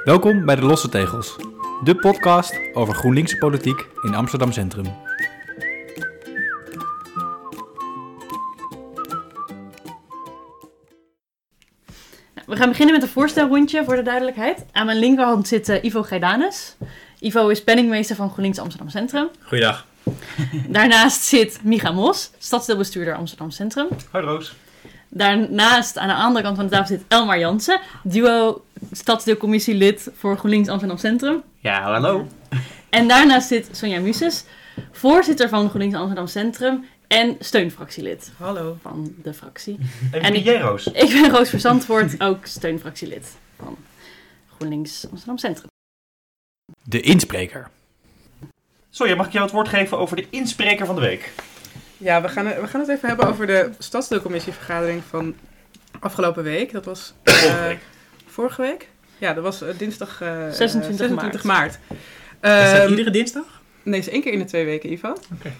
Welkom bij de Losse Tegels, de podcast over GroenLinkse politiek in Amsterdam Centrum. We gaan beginnen met een voorstelrondje voor de duidelijkheid. Aan mijn linkerhand zit Ivo Geidanis. Ivo is penningmeester van GroenLinks Amsterdam Centrum. Goeiedag. Daarnaast zit Micha Mos, stadsdeelbestuurder Amsterdam Centrum. Hoi Roos. Daarnaast aan de andere kant van de tafel zit Elmar Jansen, duo stadsdeelcommissielid voor GroenLinks Amsterdam Centrum. Ja, hallo. En daarnaast zit Sonja Muses, voorzitter van GroenLinks Amsterdam Centrum en steunfractielid. Hallo. Van de fractie. En wie ben jij, Roos? Ik ben Roos Verzandvoort, ook steunfractielid van GroenLinks Amsterdam Centrum. De inspreker. Sorry, mag ik jou het woord geven over de inspreker van de week? Ja, we gaan het even hebben over de stadsdeelcommissievergadering van afgelopen week. Dat was vorige week? Ja, dat was dinsdag 26 maart. Is dat iedere dinsdag? Nee, het is 1 keer in de 2 weken, Ivo. Oké.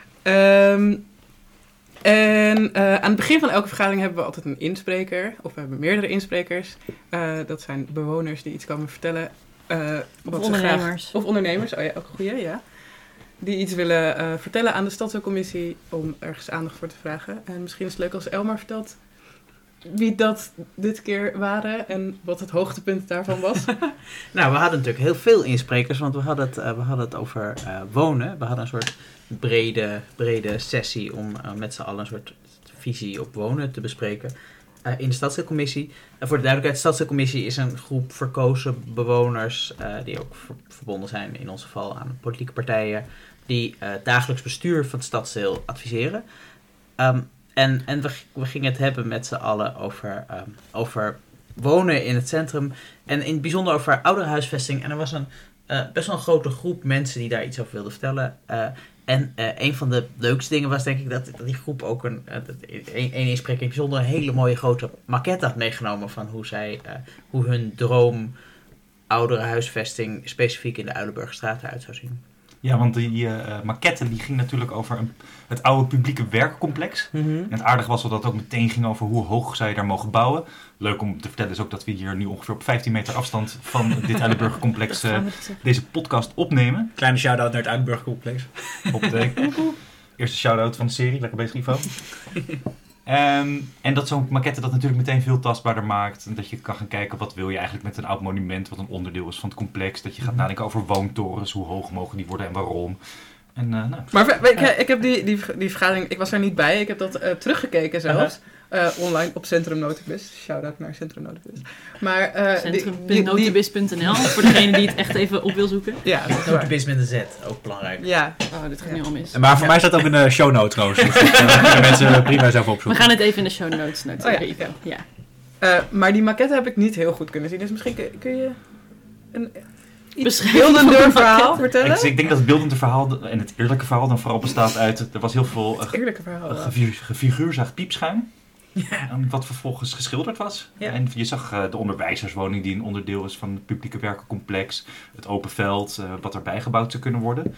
En aan het begin van elke vergadering hebben we altijd een inspreker. Of we hebben meerdere insprekers. Dat zijn bewoners die iets komen vertellen. Of ondernemers. Of ondernemers, oh ja, ook een goeie, ja. Die iets willen vertellen aan de stadsdeelcommissie om ergens aandacht voor te vragen. En misschien is het leuk als Elmar vertelt wie dat dit keer waren en wat het hoogtepunt daarvan was. Nou, we hadden natuurlijk heel veel insprekers, want we hadden het over wonen. We hadden een soort brede sessie om met z'n allen een soort visie op wonen te bespreken in de stadsdeelcommissie. Voor de duidelijkheid, de stadsdeelcommissie is een groep verkozen bewoners die ook verbonden zijn in ons geval aan politieke partijen die het dagelijks bestuur van het stadsdeel adviseren. En we gingen het hebben met z'n allen over wonen in het centrum. En in het bijzonder over ouderenhuisvesting. En er was best wel een grote groep mensen die daar iets over wilden vertellen. En een van de leukste dingen was denk ik dat die groep ook een inspreker in het bijzonder een hele mooie grote maquette had meegenomen van hoe hun droom ouderenhuisvesting specifiek in de Uilenburgerstraat eruit zou zien. Ja, want die maquette die ging natuurlijk over het oude publieke werkcomplex. Mm-hmm. En het aardige was dat het ook meteen ging over hoe hoog zou je daar mogen bouwen. Leuk om te vertellen is ook dat we hier nu ongeveer op 15 meter afstand van dit Uilenburgercomplex deze podcast opnemen. Kleine shout-out naar het Uilenburgercomplex. Op de eerste shout-out van de serie. Lekker bezig, Ivo. En dat zo'n maquette dat natuurlijk meteen veel tastbaarder maakt. En dat je kan gaan kijken wat wil je eigenlijk met een oud monument wat een onderdeel is van het complex. Dat je gaat nadenken over woontorens, hoe hoog mogen die worden en waarom. En, Maar ik heb die vergadering, ik was er niet bij, ik heb dat teruggekeken zelfs. Online op Centrum Notibus. Shout-out naar Centrum Notibus. Maar Centrum.notibus.nl voor degene die het echt even op wil zoeken. Ja, dat is waar. Notibus met een Z, ook belangrijk. Ja. Oh, dit gaat nu al mis. Maar voor mij staat ook in de show notes, Roos. Dus dat kunnen mensen prima zelf We opzoeken. gaan het even in de show notes noteren. Oh ja. Ja. Maar die maquette heb ik niet heel goed kunnen zien. Dus misschien kun je een Beschrijving beeldender van de verhaal maquette. vertellen? ik denk dat het beeldende verhaal en het eerlijke verhaal dan vooral bestaat uit... Er was heel veel Eerlijke verhaal. gefiguurzaagd piepschuim. Ja. Wat vervolgens geschilderd was. Ja. En je zag de onderwijzerswoning die een onderdeel is van het publieke werkencomplex. Het open veld, wat erbij gebouwd zou kunnen worden.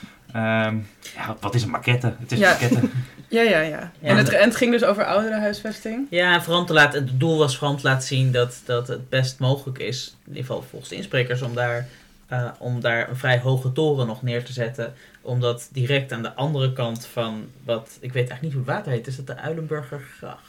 Wat is een maquette? Het is een maquette. Ja. En het ging dus over ouderenhuisvesting? Ja, en vooral het doel was vooral te laten zien dat het best mogelijk is, in ieder geval volgens de insprekers, om daar een vrij hoge toren nog neer te zetten. Omdat direct aan de andere kant van wat, ik weet eigenlijk niet hoe het water heet, is dat de Uilenburgergracht?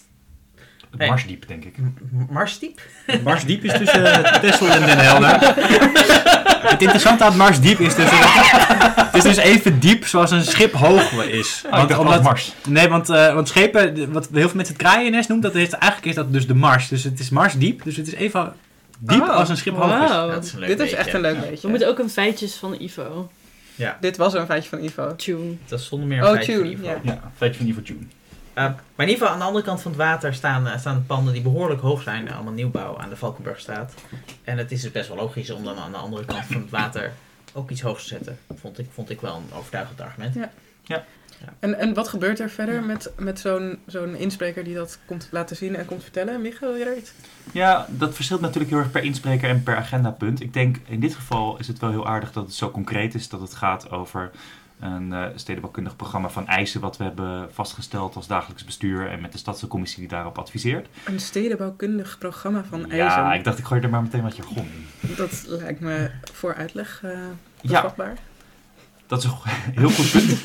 Het Marsdiep, denk ik. Marsdiep? Marsdiep is tussen Texel en Den Helder. Het interessante aan het Marsdiep is dus... Het is dus even diep zoals een schip hoog is. Omdat Mars. Nee, want schepen, wat heel veel mensen het kraaiennest noemt, eigenlijk is dat dus de Mars. Dus het is Marsdiep, dus het is even diep als een schip hoog is. Wow. Dat is een leuk Dit is beetje. echt een leuk beetje. We moeten ook een feitjes van Ivo. Ja, Dit was een feitje van Ivo. Tune. dat is zonder meer een feitje Tune. van Ivo. Ja. Ja, feitje van Ivo Tune. Maar in ieder geval aan de andere kant van het water staan panden die behoorlijk hoog zijn. Allemaal nieuwbouw aan de Valkenburgstraat. En het is dus best wel logisch om dan aan de andere kant van het water ook iets hoogs te zetten. Vond ik wel een overtuigend argument. Ja. En wat gebeurt er verder met zo'n inspreker die dat komt laten zien en komt vertellen? Michael, wil je er iets? Ja, dat verschilt natuurlijk heel erg per inspreker en per agendapunt. Ik denk in dit geval is het wel heel aardig dat het zo concreet is. Dat het gaat over een stedenbouwkundig programma van eisen wat we hebben vastgesteld als dagelijks bestuur en met de stadscommissie die daarop adviseert. Een stedenbouwkundig programma van eisen. Ja, ik dacht ik gooi er maar meteen wat jargon in. Dat lijkt me voor uitleg Ja, vatbaar. dat is een heel goed punt.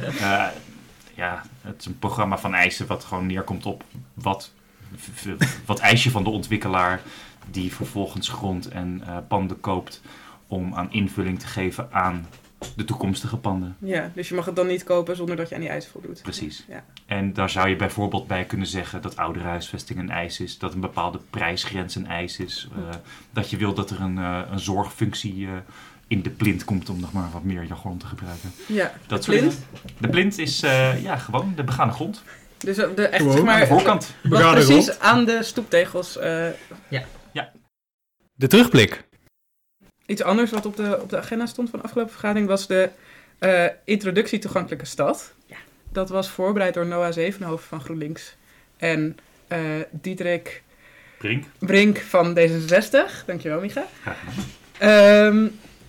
Het is een programma van eisen wat gewoon neerkomt op wat eis je van de ontwikkelaar die vervolgens grond en panden koopt om aan invulling te geven aan de toekomstige panden. Ja, dus je mag het dan niet kopen zonder dat je aan die eisen voldoet. Precies. Ja. En daar zou je bijvoorbeeld bij kunnen zeggen dat ouderenhuisvesting een eis is, dat een bepaalde prijsgrens een eis is, dat je wil dat er een zorgfunctie in de plint komt, om nog maar wat meer jargon te gebruiken. Ja, Dat de soort plint. dingen. De plint is gewoon de begane grond. Dus de echt, Gewoon zeg Aan maar, de voorkant. wat Begane precies grond. aan de stoeptegels. De terugblik. Iets anders wat op de agenda stond van de afgelopen vergadering was de introductie toegankelijke stad. Ja. Dat was voorbereid door Noah Zevenhoven van GroenLinks en Diederik Brink. van D66. Dankjewel, Micha. Graag gedaan.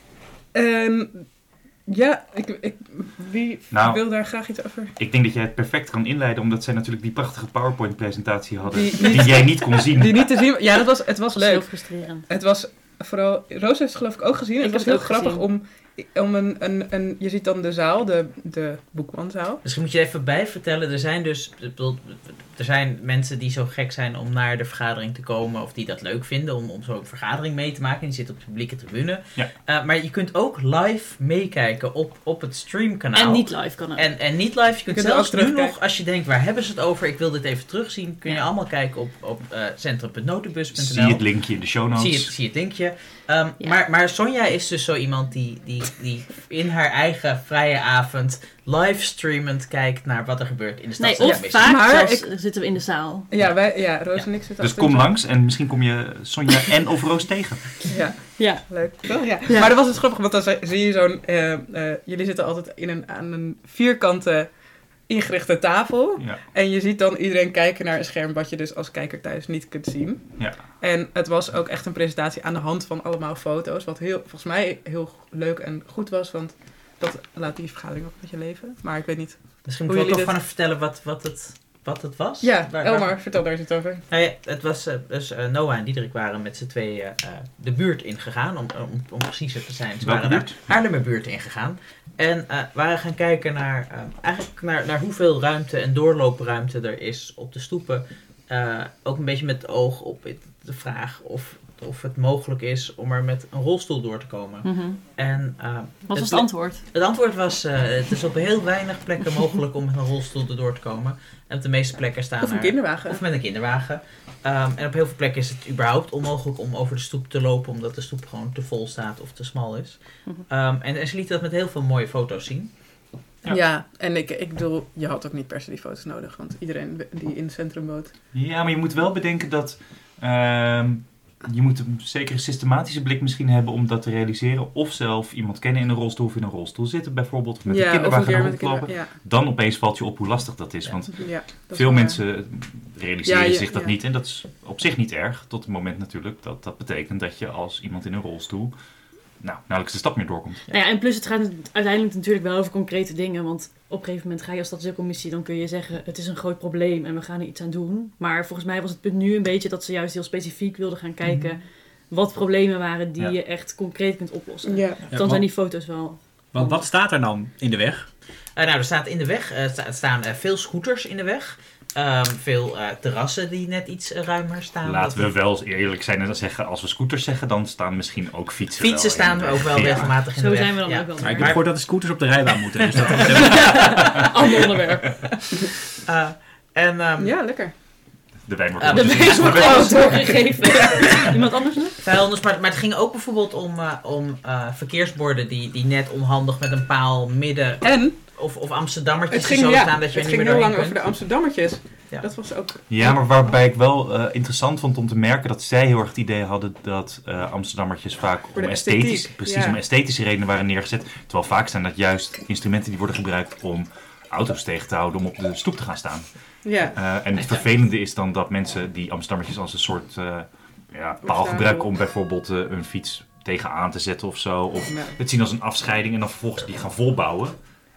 Wie Nou, wil daar graag iets over? Ik denk dat jij het perfect kan inleiden, omdat zij natuurlijk die prachtige PowerPoint-presentatie hadden, Die die jij niet kon zien. Die niet te zien. Ja, het was Dat is heel leuk. frustrerend. Het was vooral... Roos heeft het geloof ik ook gezien. Ik Het was heb heel het ook grappig om een... Je ziet dan de zaal, de boekmanzaal. Misschien moet je even bij vertellen, er zijn mensen die zo gek zijn om naar de vergadering te komen, of die dat leuk vinden om zo'n vergadering mee te maken. Die zitten op de publieke tribune. Ja. Maar je kunt ook live meekijken op het streamkanaal. En niet live kan het. En niet live. Je kunt er zelfs ook nu terugkijken. nog, als je denkt, waar hebben ze het over? Ik wil dit even terugzien. Kun je Ja. allemaal kijken op centrum.notibus.nl. Zie je het linkje in de show notes. Zie je het linkje. Ja. Maar Sonja is dus zo iemand die in haar eigen vrije avond livestreamend kijkt naar wat er gebeurt in de stad. Nee, of Ja, vaak Maar zelfs zitten we in de zaal. Ja, Roos en ik zitten Dus achter kom de- langs en misschien kom je Sonja en of Roos tegen. Ja, Ja. leuk. Toch? Ja. Ja. Maar dat was het grappig, want dan zie je zo'n... jullie zitten altijd aan een vierkante ingerichte tafel. Ja. En je ziet dan iedereen kijken naar een scherm wat je dus als kijker thuis niet kunt zien. Ja. En het was ook echt een presentatie aan de hand van allemaal foto's. Wat volgens mij heel leuk en goed was, want dat laat die vergadering ook een beetje leven. Maar ik weet niet. Misschien Hoe moet je wel jullie toch gewoon even vertellen wat het was. Ja, Waar- Elmar, vertel daar eens iets over. Nou ja, het was Noah en Diederik waren met z'n tweeën de buurt ingegaan, om precies te zijn. Ze Welke waren buurt? naar Haarlemmerbuurt ingegaan. En waren gaan kijken naar hoeveel ruimte en doorloopruimte er is op de stoepen. Ook een beetje met het oog op de vraag of het mogelijk is om er met een rolstoel door te komen. Mhm. En Wat was het antwoord? het antwoord was, het is op heel weinig plekken mogelijk om met een rolstoel erdoor te komen. En op de meeste plekken staan Of een er- kinderwagen. Of met een kinderwagen. En op heel veel plekken is het überhaupt onmogelijk om over de stoep te lopen, omdat de stoep gewoon te vol staat of te smal is. Mhm. En ze lieten dat met heel veel mooie foto's zien. Ja, en ik bedoel, je had ook niet per se die foto's nodig, want iedereen die in het centrum woont. Ja, maar je moet wel bedenken dat je moet een zekere systematische blik misschien hebben om dat te realiseren. Of zelf iemand kennen in een rolstoel of in een rolstoel zitten bijvoorbeeld. Of met een Ja, of een kinderwagen keer gaan met een rondlopen. kinderwagen. Dan opeens valt je op hoe lastig dat is. Ja. Want Ja, dat is veel wel waar. mensen realiseren Ja, zich dat ja. niet. En dat is op zich niet erg. Tot het moment natuurlijk dat betekent dat je als iemand in een rolstoel nauwelijks de stap meer doorkomt. Nou ja, en plus het gaat uiteindelijk natuurlijk wel over concrete dingen. Want op een gegeven moment ga je als stadsdeelcommissie, dan kun je zeggen, het is een groot probleem en we gaan er iets aan doen. Maar volgens mij was het punt nu een beetje dat ze juist heel specifiek wilden gaan kijken wat problemen waren die Ja. je echt concreet kunt oplossen. Ja. Dan zijn die foto's wel... Want wat staat er dan in de weg? Er staat in de weg, staan veel scooters in de weg. Veel terrassen die net iets ruimer staan. Laten we wel eerlijk zijn en zeggen, als we scooters zeggen, dan staan misschien ook fietsen. Fietsen wel staan in de ook wel weg. Ja. regelmatig in Zo de weg. zijn we dan ook wel. Maar ik heb gehoord dat de scooters op de rijbaan moeten. Dus dat Ander onderwerp. En Ja, lekker. De wijn wordt De De ondertussen- wees wordt gewoon doorgegeven. Iemand anders nog? vuilnis, maar het ging ook bijvoorbeeld om verkeersborden die net onhandig met een paal midden En of Amsterdammertjes het die ging, zo staan dat je het er niet ging meer heel doorheen lang over kunt. de Amsterdammertjes. Ja. Dat was ook... Ja, maar waarbij ik wel interessant vond om te merken dat zij heel erg het idee hadden dat Amsterdammertjes vaak Voor de om esthetiek, ja. om esthetische redenen waren neergezet. Terwijl vaak zijn dat juist instrumenten die worden gebruikt om auto's tegen te houden om op de stoep te gaan staan. Ja. En het vervelende is dan dat mensen die Amsterdammertjes als een soort paal gebruiken om bijvoorbeeld een fiets tegenaan te zetten of zo. Of Ja. het zien als een afscheiding en dan vervolgens die gaan volbouwen.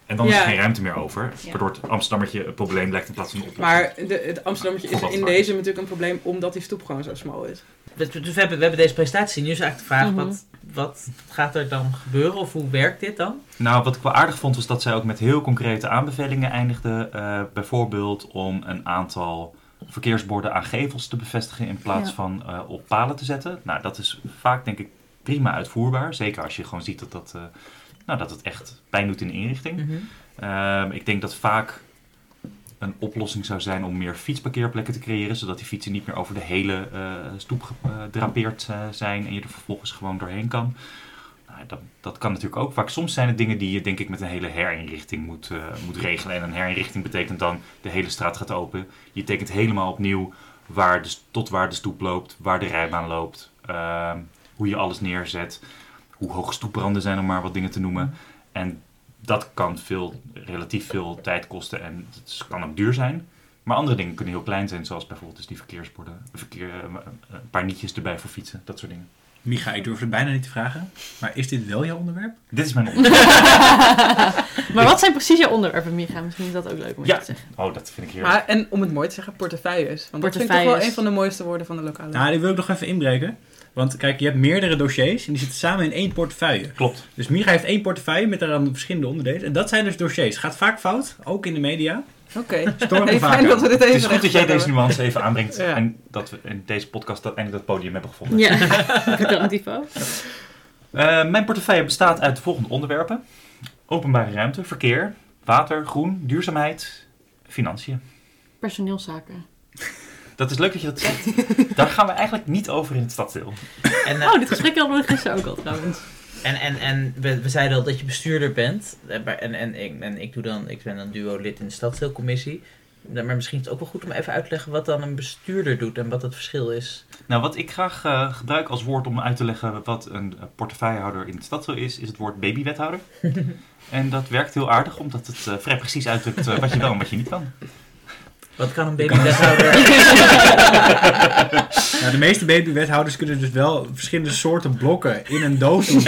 En dan is er Ja. geen ruimte meer over. Ja. Waardoor het Amsterdammertje een probleem blijkt in plaats van een oplossing. Maar het Amsterdammetje is Voordat in waar. deze natuurlijk een probleem omdat die stoep gewoon zo smal is. Dus we hebben deze presentatie. Nu is eigenlijk de vraag, Mhm. wat gaat er dan gebeuren? Of hoe werkt dit dan? Nou, wat ik wel aardig vond was dat zij ook met heel concrete aanbevelingen eindigde. Bijvoorbeeld om een aantal verkeersborden aan gevels te bevestigen in plaats Ja. van op palen te zetten. Nou, dat is vaak denk ik prima uitvoerbaar. Zeker als je gewoon ziet dat het echt pijn doet in de inrichting. Ik denk dat vaak een oplossing zou zijn om meer fietsparkeerplekken te creëren, zodat die fietsen niet meer over de hele stoep gedrapeerd zijn en je er vervolgens gewoon doorheen kan. Nou, dat kan natuurlijk ook vaak. Soms zijn het dingen die je denk ik met een hele herinrichting moet regelen. En een herinrichting betekent dan de hele straat gaat open. Je tekent helemaal opnieuw tot waar de stoep loopt, waar de rijbaan loopt, hoe je alles neerzet, hoe hoog stoepranden zijn om maar wat dingen te noemen. En dat kan relatief veel tijd kosten en het kan ook duur zijn. Maar andere dingen kunnen heel klein zijn, zoals bijvoorbeeld dus die verkeersborden, een paar nietjes erbij voor fietsen, dat soort dingen. Micha, ik durf het bijna niet te vragen. Maar is dit wel jouw onderwerp? Dit is mijn onderwerp. Maar wat zijn precies jouw onderwerpen, Micha? Misschien is dat ook leuk om Ja. even te zeggen. Oh, dat vind ik heerlijk. Maar, en om het mooi te zeggen, portefeuilles. Want dat vind ik toch wel Portefeuilles. een van de mooiste woorden van de lokale. Nou, die wil ik nog even inbreken. Want kijk, je hebt meerdere dossiers en die zitten samen in één portefeuille. Klopt. Dus Micha heeft één portefeuille met daaraan verschillende onderdelen. En dat zijn dus dossiers. Gaat vaak fout, ook in de media. Oké. Storen we Hey, vaak fijn dat aan. we dit even Het is goed dat jij rechtzetten. deze nuance even aanbrengt Ja. en dat we in deze podcast eindelijk dat podium hebben gevonden. Ja, bedankt Ivo. Mijn portefeuille bestaat uit de volgende onderwerpen. Openbare ruimte, verkeer, water, groen, duurzaamheid, financiën. Personeelszaken. Dat is leuk dat je dat zegt. Daar gaan we eigenlijk niet over in het stadsdeel. En, Oh, dit gesprek hadden we gisteren ook al trouwens. En we zeiden al dat je bestuurder bent. Ik ben dan duo-lid in de stadsdeelcommissie. Maar misschien is het ook wel goed om even uit te leggen wat dan een bestuurder doet en wat het verschil is. Nou, wat ik graag gebruik als woord om uit te leggen wat een portefeuillehouder in het stadsdeel is het woord babywethouder. En dat werkt heel aardig, omdat het vrij precies uitdrukt wat je wel en wat je niet kan. Wat kan een babywethouder? Nou, de meeste babywethouders kunnen dus wel verschillende soorten blokken in een doos doen.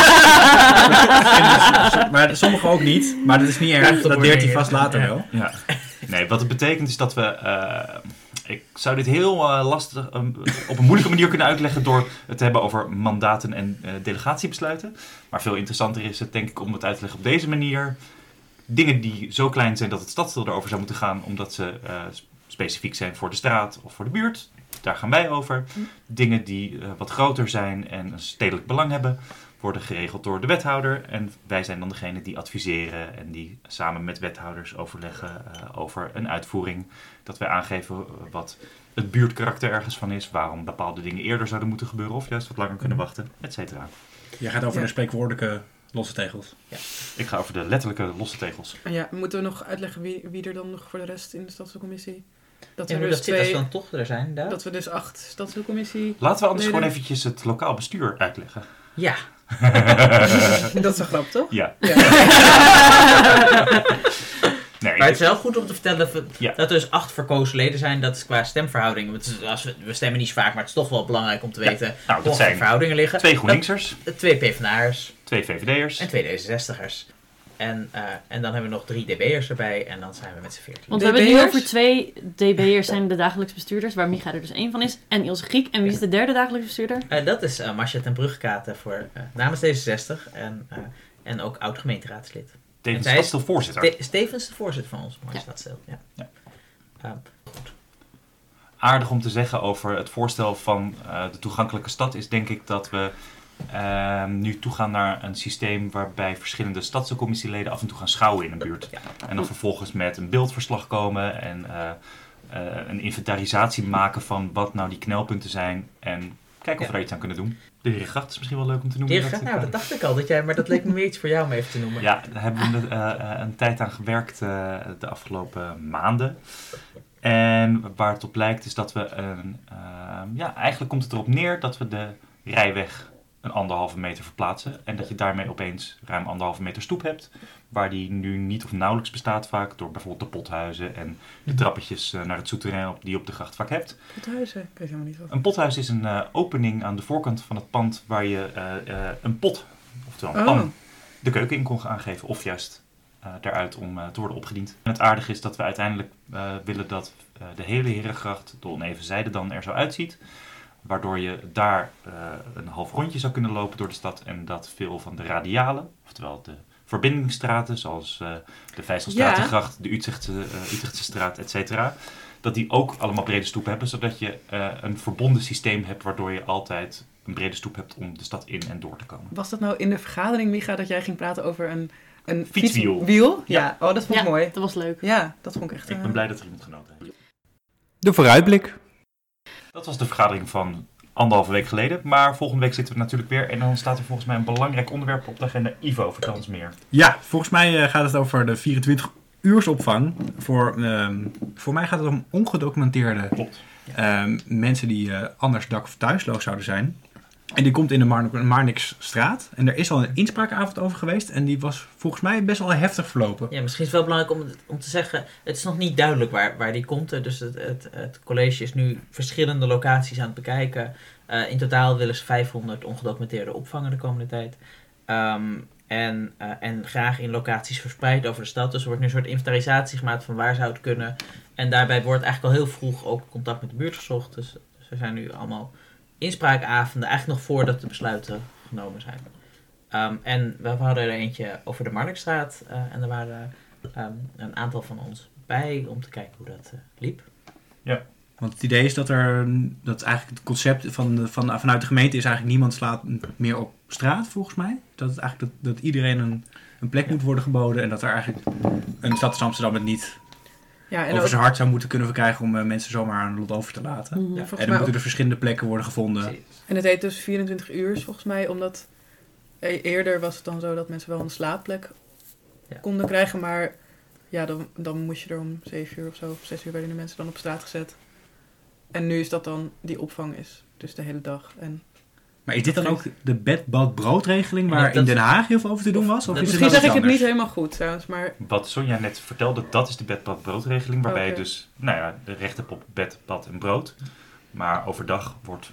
Maar sommige ook niet. Maar dat is niet erg, dat leert hij vast later wel. Ja. Nee, wat het betekent is dat we... ik zou dit heel lastig op een moeilijke manier kunnen uitleggen door het te hebben over mandaten en delegatiebesluiten. Maar veel interessanter is het denk ik om het uit te leggen op deze manier. Dingen die zo klein zijn dat het stadsdeel erover zou moeten gaan omdat ze specifiek zijn voor de straat of voor de buurt. Daar gaan wij over. Dingen die wat groter zijn en een stedelijk belang hebben, worden geregeld door de wethouder. En wij zijn dan degene die adviseren en die samen met wethouders overleggen over een uitvoering. Dat wij aangeven wat het buurtkarakter ergens van is, waarom bepaalde dingen eerder zouden moeten gebeuren of juist wat langer kunnen wachten, et cetera. Jij gaat over Ja. de spreekwoordelijke losse tegels. Ik ga over de letterlijke losse tegels. En ja, moeten we nog uitleggen wie er dan nog voor de rest in de stadsdeelcommissie? Dat Ja, we maar dus dat zit als we dan toch er zijn, daar. dat we dus 8 stadsdeelcommissie... Laten we anders Leden. gewoon eventjes het lokaal bestuur uitleggen. Ja. Dat is een grap, toch? Ja. Ja. Nee, Maar het is wel goed om te vertellen Ja. dat er dus 8 verkozen leden zijn. Dat is qua stemverhouding. Want het is- we stemmen niet zo vaak, maar het is toch wel belangrijk om te weten nou, hoe dat de zijn verhoudingen liggen. 2 GroenLinksers, 2 PvdA'ers 2 VVD'ers. en 2 D66'ers. En dan hebben we nog 3 DB'ers erbij en dan zijn we met z'n 14. Want we hebben het nu DB'ers? over 2 DB'ers zijn de dagelijks bestuurders, waar Micha er dus 1 van is. En Ilse Griek. En wie is de derde dagelijks bestuurder? Dat is Marcia ten Brugkaten voor namens D66 en ook oud-gemeenteraadslid. Tevens En zij is- stadsdeelvoorzitter. Stevens de voorzitter van ons mooie Ja. stadsdeel. Ja. Ja. Aardig om te zeggen over het voorstel van de toegankelijke stad is denk ik dat we nu toegaan naar een systeem waarbij verschillende stadscommissieleden af en toe gaan schouwen in een buurt. Ja. En dan vervolgens met een beeldverslag komen en een inventarisatie maken van wat nou die knelpunten zijn en kijken of we daar iets aan kunnen doen. De heer Gracht is misschien wel leuk om te noemen. Dat dacht ik al, maar dat leek me meer iets voor jou om even te noemen. Ja, daar hebben we een tijd aan gewerkt de afgelopen maanden. En waar het op lijkt is dat we eigenlijk komt het erop neer dat we de rijweg een 1,5 meter verplaatsen. En dat je daarmee opeens ruim 1,5 meter stoep hebt. Waar die nu niet of nauwelijks bestaat vaak. Door bijvoorbeeld de pothuizen en de trappetjes naar het souterrain die je op de gracht vaak hebt. Pothuizen, ik weet helemaal niet wat. Een pothuis is een opening aan de voorkant van het pand waar je een pot, oftewel een pan, de keuken in kon aangeven. Of juist daaruit om te worden opgediend. En het aardige is dat we uiteindelijk willen dat de hele Herengracht, de oneven zijde, dan er zo uitziet. Waardoor je daar een half rondje zou kunnen lopen door de stad. En dat veel van de radialen, oftewel de verbindingsstraten, zoals de Vijzelstratengracht, de Utrechtse straat, et cetera, dat die ook allemaal brede stoepen hebben, zodat je een verbonden systeem hebt, waardoor je altijd een brede stoep hebt om de stad in en door te komen. Was dat nou in de vergadering, Micha, dat jij ging praten over een Fietswiel. Wiel? Ja. Oh, dat vond ik mooi. Dat was leuk. Ja, dat vond ik echt... Ik ben blij dat er iemand genoten heeft. De vooruitblik. Dat was de vergadering van 1,5 week geleden. Maar volgende week zitten we natuurlijk weer. En dan staat er volgens mij een belangrijk onderwerp op de agenda. Ivo, vertel ons meer. Ja, volgens mij gaat het over de 24-uursopvang. Voor mij gaat het om ongedocumenteerde Klopt. mensen die anders dak- of thuisloos zouden zijn. En die komt in de Marnixstraat. En er is al een inspraakavond over geweest. En die was volgens mij best wel heftig verlopen. Ja, misschien is het wel belangrijk om te zeggen, het is nog niet duidelijk waar die komt. Dus het college is nu verschillende locaties aan het bekijken. In totaal willen ze 500 ongedocumenteerde opvangen de komende tijd. En graag in locaties verspreid over de stad. Dus er wordt nu een soort inventarisatie gemaakt van waar zou het kunnen. En daarbij wordt eigenlijk al heel vroeg ook contact met de buurt gezocht. Dus er zijn nu allemaal inspraakavonden, eigenlijk nog voordat de besluiten genomen zijn. En we hadden er eentje over de Marnixstraat. En er waren een aantal van ons bij om te kijken hoe dat liep. Want het idee is dat eigenlijk het concept vanuit de gemeente is eigenlijk niemand slaat meer op straat, volgens mij. Dat het eigenlijk dat iedereen een plek moet worden geboden. En dat er eigenlijk een stad als Amsterdam het niet Ja, en over ook, zijn hart zou moeten kunnen verkrijgen om mensen zomaar aan lot over te laten. Mhm. ja, En volgens dan mij moeten ook, er verschillende plekken worden gevonden. en het heet dus 24 uur volgens mij, omdat eerder was het dan zo dat mensen wel een slaapplek konden krijgen, maar ja, dan moest je er om 7 uur of zo, of 6 uur werden de mensen dan op straat gezet. En nu is dat dan die opvang is, dus de hele dag. En Maar is dit dan ook de bed-bad-broodregeling waar Ja, dat- in Den Haag heel veel over te doen was? Of is het misschien wel zeg iets ik het niet anders? helemaal goed trouwens, maar Wat Sonja net vertelde, dat is de bed-bad-broodregeling. Waarbij Oké. je dus de recht hebt op bed, bad en brood. Maar overdag wordt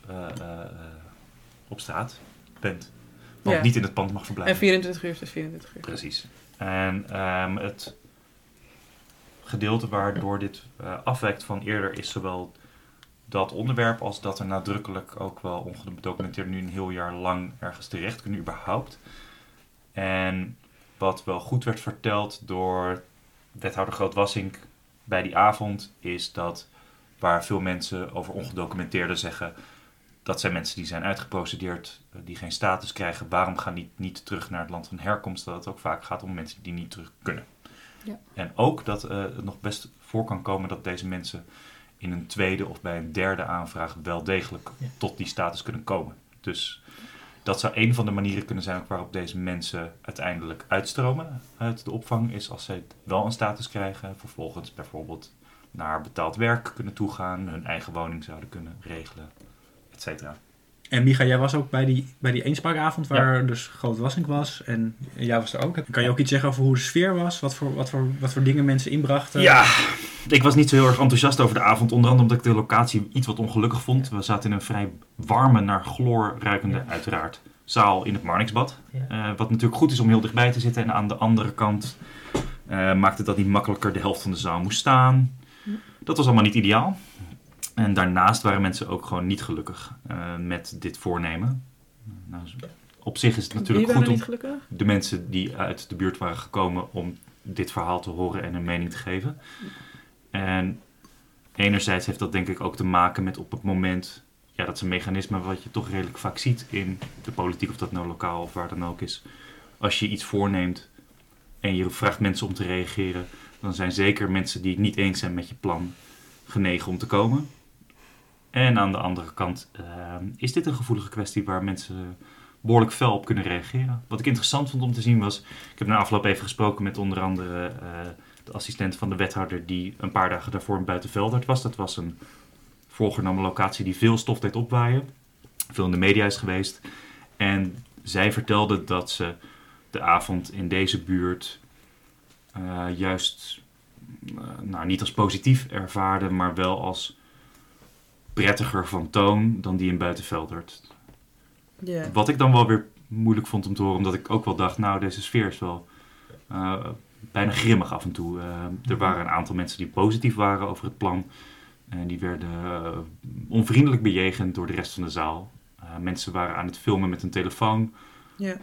op straat bent. Want Ja. niet in het pand mag en verblijven. 24 uur is dus 24 uur. Precies. En het gedeelte waardoor dit afwijkt van eerder is zowel dat onderwerp als dat er nadrukkelijk ook wel ongedocumenteerd nu een heel jaar lang ergens terecht kunnen überhaupt. En wat wel goed werd verteld door wethouder Groot-Wassink bij die avond is dat waar veel mensen over ongedocumenteerden zeggen dat zijn mensen die zijn uitgeprocedeerd, die geen status krijgen, waarom gaan die niet terug naar het land van herkomst, dat het ook vaak gaat om mensen die niet terug kunnen. Ja. En ook dat het nog best voor kan komen dat deze mensen in een tweede of bij een derde aanvraag wel degelijk tot die status kunnen komen. Dus dat zou een van de manieren kunnen zijn waarop deze mensen uiteindelijk uitstromen uit de opvang, is als zij wel een status krijgen, vervolgens bijvoorbeeld naar betaald werk kunnen toegaan, hun eigen woning zouden kunnen regelen, et cetera. En Micha, jij was ook bij die eenspraakavond waar dus Groot-Wassink was. En jij was er ook. Kan je ook iets zeggen over hoe de sfeer was? Wat voor dingen mensen inbrachten? Ja, ik was niet zo heel erg enthousiast over de avond. Onder andere omdat ik de locatie iets wat ongelukkig vond. We zaten in een vrij warme, naar chloor ruikende, uiteraard, zaal in het Marnixbad. Ja. Wat natuurlijk goed is om heel dichtbij te zitten. En aan de andere kant maakte dat niet makkelijker. De helft van de zaal moest staan. Dat was allemaal niet ideaal. En daarnaast waren mensen ook gewoon niet gelukkig met dit voornemen. Nou, op zich is het Wie natuurlijk waren goed om niet gelukkig? de mensen die uit de buurt waren gekomen om dit verhaal te horen en een mening te geven. En enerzijds heeft dat denk ik ook te maken met op het moment, ja, dat is een mechanisme wat je toch redelijk vaak ziet in de politiek, of dat nou lokaal of waar dan ook is. Als je iets voorneemt en je vraagt mensen om te reageren, dan zijn zeker mensen die het niet eens zijn met je plan genegen om te komen. En aan de andere kant is dit een gevoelige kwestie waar mensen behoorlijk fel op kunnen reageren. Wat ik interessant vond om te zien was, ik heb na afloop even gesproken met onder andere de assistent van de wethouder die een paar dagen daarvoor in Buitenveldert was. Dat was een voorgenomen locatie die veel stof deed opwaaien, veel in de media is geweest. En zij vertelde dat ze de avond in deze buurt juist niet als positief ervaarde, maar wel als prettiger van toon dan die in Buitenveldert. Wat ik dan wel weer moeilijk vond om te horen, omdat ik ook wel dacht, nou, deze sfeer is wel bijna grimmig af en toe. Er waren een aantal mensen die positief waren over het plan. En die werden onvriendelijk bejegend door de rest van de zaal. Mensen waren aan het filmen met een telefoon. Ja.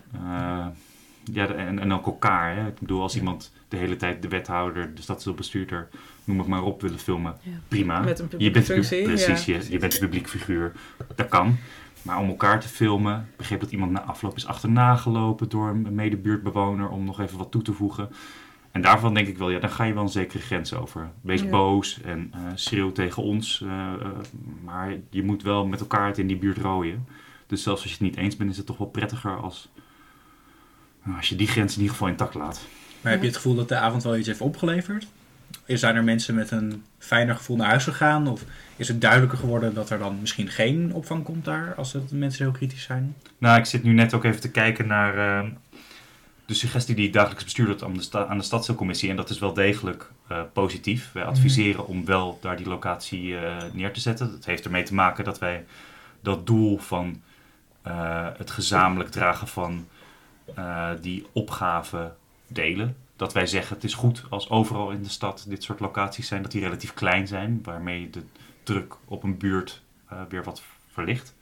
En ook elkaar. Hè. Ik bedoel, als iemand de hele tijd de wethouder, de stadsdeelbestuurder, noem het maar op, willen filmen. Ja. Prima. Met een publieke je bent functie. Precies, Ja. je bent een publiek figuur. Dat kan. Maar om elkaar te filmen, ik begreep dat iemand na afloop is achterna gelopen door een medebuurtbewoner om nog even wat toe te voegen. En daarvan denk ik wel, dan ga je wel een zekere grens over. Wees boos en schreeuw tegen ons. Maar je moet wel met elkaar het in die buurt rooien. Dus zelfs als je het niet eens bent, is het toch wel prettiger als je die grens in ieder geval intact laat. Maar heb je het gevoel dat de avond wel iets heeft opgeleverd? Zijn er mensen met een fijner gevoel naar huis gegaan? Of is het duidelijker geworden dat er dan misschien geen opvang komt daar, als de mensen heel kritisch zijn? Nou, ik zit nu net ook even te kijken naar de suggestie die het dagelijks bestuur doet aan de stadsdeelcommissie. En dat is wel degelijk positief. Wij adviseren om wel daar die locatie neer te zetten. Dat heeft ermee te maken dat wij dat doel van het gezamenlijk dragen van die opgave delen. Dat wij zeggen, het is goed als overal in de stad dit soort locaties zijn, dat die relatief klein zijn, waarmee de druk op een buurt weer wat verlicht.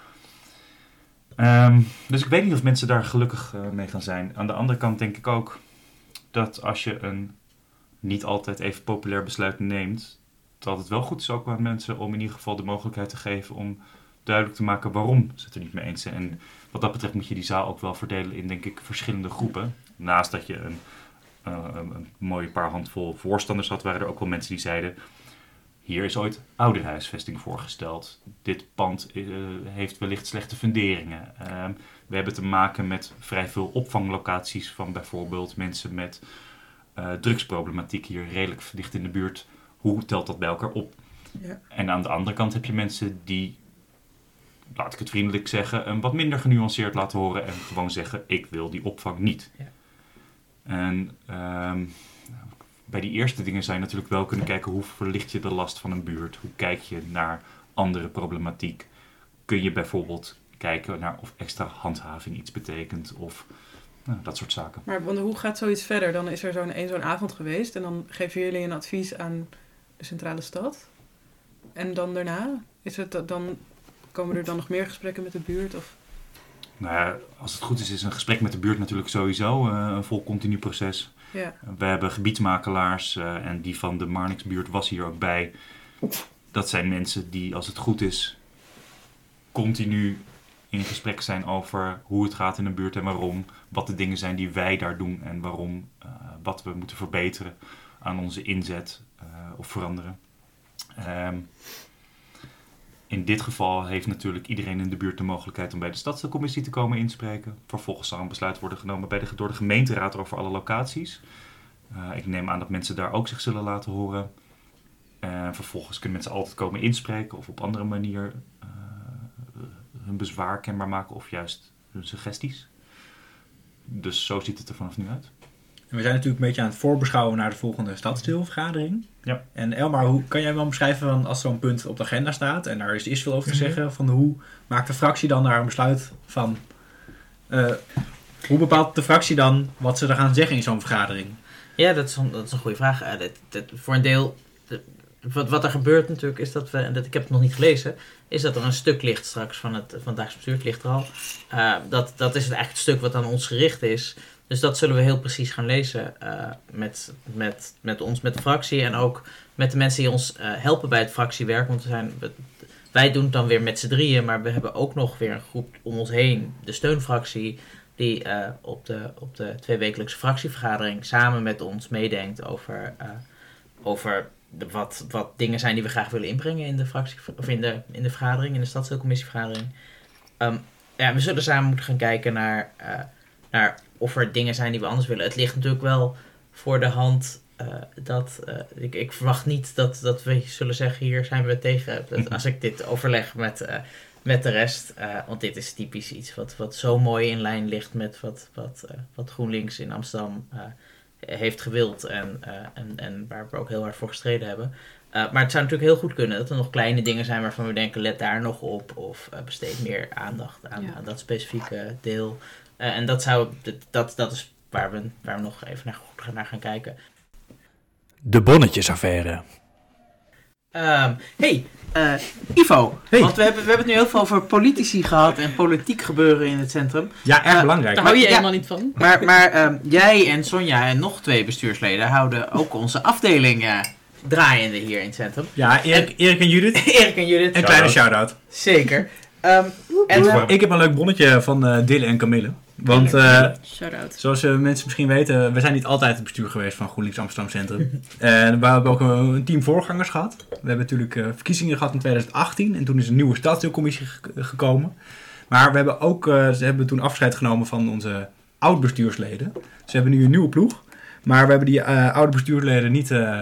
Dus ik weet niet of mensen daar gelukkig mee gaan zijn. Aan de andere kant denk ik ook dat als je een niet altijd even populair besluit neemt, dat het wel goed is ook aan mensen om in ieder geval de mogelijkheid te geven om duidelijk te maken waarom ze het er niet mee eens zijn. En wat dat betreft moet je die zaal ook wel verdelen in, denk ik, verschillende groepen. Naast dat je een mooie paar handvol voorstanders had, waren er ook wel mensen die zeiden, hier is ooit ouderhuisvesting voorgesteld. Dit pand heeft wellicht slechte funderingen. We hebben te maken met vrij veel opvanglocaties van bijvoorbeeld mensen met drugsproblematiek hier redelijk dicht in de buurt. Hoe telt dat bij elkaar op? Ja. En aan de andere kant heb je mensen die, laat ik het vriendelijk zeggen, een wat minder genuanceerd laten horen en gewoon zeggen, ik wil die opvang niet. Ja. En bij die eerste dingen zou je natuurlijk wel kunnen kijken, hoe verlicht je de last van een buurt? Hoe kijk je naar andere problematiek? Kun je bijvoorbeeld kijken naar of extra handhaving iets betekent of dat soort zaken. Maar hoe gaat zoiets verder? Dan is er zo'n avond geweest en dan geven jullie een advies aan de centrale stad. En dan daarna? Komen er dan nog meer gesprekken met de buurt? Of? Nou ja, als het goed is een gesprek met de buurt natuurlijk sowieso een vol continu proces. Ja. We hebben gebiedsmakelaars en die van de Marnixbuurt was hier ook bij. Dat zijn mensen die, als het goed is, continu in gesprek zijn over hoe het gaat in een buurt en waarom. Wat de dingen zijn die wij daar doen en waarom. Wat we moeten verbeteren aan onze inzet of veranderen. In dit geval heeft natuurlijk iedereen in de buurt de mogelijkheid om bij de stadsdeelcommissie te komen inspreken. Vervolgens zal een besluit worden genomen door de gemeenteraad over alle locaties. Ik neem aan dat mensen daar ook zich zullen laten horen. Vervolgens kunnen mensen altijd komen inspreken of op andere manier hun bezwaar kenbaar maken of juist hun suggesties. Dus zo ziet het er vanaf nu uit. En we zijn natuurlijk een beetje aan het voorbeschouwen naar de volgende stadsdeelvergadering. Ja. En Elmar, hoe kan jij wel beschrijven van als zo'n punt op de agenda staat en daar is eerst veel over te zeggen, van hoe maakt de fractie dan daar een besluit van? Hoe bepaalt de fractie dan wat ze er gaan zeggen in zo'n vergadering? Ja, dat is een goede vraag. Voor een deel, wat er gebeurt natuurlijk, is dat ik heb het nog niet gelezen, is dat er een stuk ligt straks van het dagelijks bestuur, het ligt er al. Dat is eigenlijk het stuk wat aan ons gericht is. Dus dat zullen we heel precies gaan lezen met ons, met de fractie en ook met de mensen die ons helpen bij het fractiewerk. Want wij doen het dan weer met z'n drieën, maar we hebben ook nog weer een groep om ons heen, de steunfractie, die op de 2-wekelijkse fractievergadering samen met ons meedenkt over wat dingen zijn die we graag willen inbrengen in de fractie of in de vergadering, in de stadsdeelcommissievergadering. We zullen samen moeten gaan kijken naar of er dingen zijn die we anders willen. Het ligt natuurlijk wel voor de hand dat ik verwacht niet dat we zullen zeggen, hier zijn we tegen. Als ik dit overleg met de rest, want dit is typisch iets wat zo mooi in lijn ligt met wat GroenLinks in Amsterdam heeft gewild en waar we ook heel hard voor gestreden hebben. Maar het zou natuurlijk heel goed kunnen dat er nog kleine dingen zijn waarvan we denken, let daar nog op of besteed meer aandacht aan dat specifieke deel. En dat is waar we nog even naar gaan kijken. De bonnetjesaffaire. Ivo, Hey. want we hebben het nu heel veel over politici gehad en politiek gebeuren in het centrum. Ja, erg belangrijk. Daar hou je ja. helemaal niet van. Maar jij en Sonja en nog 2 bestuursleden houden ook onze afdeling draaiende hier in het centrum. Ja, Erik en Judith. Erik en Judith. Een kleine shout-out. Zeker. Ik heb een leuk bonnetje van Dille en Camille. Want Shout-out. zoals mensen misschien weten, we zijn niet altijd het bestuur geweest van GroenLinks Amsterdam Centrum. En we hebben ook een team voorgangers gehad. We hebben natuurlijk verkiezingen gehad in 2018 en toen is een nieuwe stadsdeelcommissie gekomen. Maar we hebben ook, ze hebben toen afscheid genomen van onze oud-bestuursleden. Ze hebben nu een nieuwe ploeg. Maar we hebben die oude bestuursleden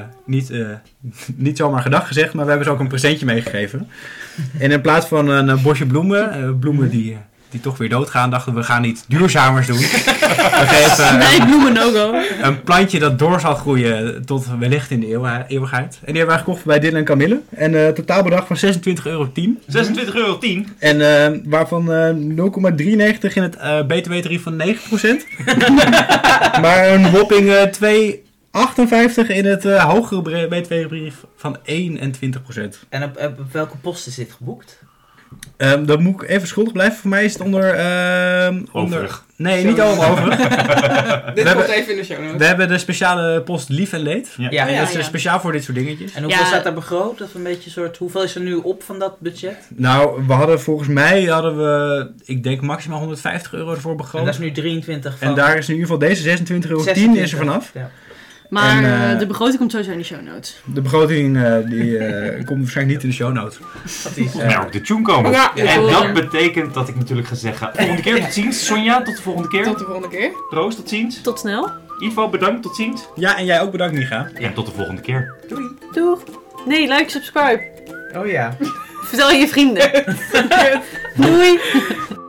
niet zomaar gedag gezegd, maar we hebben ze ook een presentje meegegeven. En in plaats van een bosje bloemen, bloemen die toch weer doodgaan, dachten we gaan iets duurzamers doen. We geven Nee, bloemen no-go. een plantje dat door zal groeien tot wellicht in de eeuwigheid. En die hebben wij gekocht bij Dylan en Camille. En totaalbedrag van €26,10. €26,10. En waarvan 0,93 in het btw-tarief van 9%. Maar een whopping 2,58 in het hogere btw-tarief van 21%. En op welke post is dit geboekt? Dat moet ik even schuldig blijven. Voor mij is het onder... Overig. Nee, niet overig. Dit komt even in de show notes. We hebben de speciale post lief en leed. Ja. En dat is ja. speciaal voor dit soort dingetjes. En hoeveel Ja. staat daar begroot? Dat is een beetje hoeveel is er nu op van dat budget? Nou, volgens mij hadden we, ik denk maximaal €150 ervoor En begroot. dat is nu 23 van... En daar is in ieder geval deze €26,10 is er vanaf. Ja. Maar En, de begroting komt sowieso in de show notes. De begroting komt waarschijnlijk niet in de show notes. Fantastisch. Moet maar ook de tune komen. Ja, En ja. dat betekent dat ik natuurlijk ga zeggen, volgende keer tot ziens. Sonja, tot de volgende keer. Tot de volgende keer. Roos, tot ziens. Tot snel. Ivo, bedankt, tot ziens. Ja, en jij ook bedankt, Micha. En tot de volgende keer. Doeg. Nee, like, subscribe. Oh ja. Vertel je vrienden. Doei.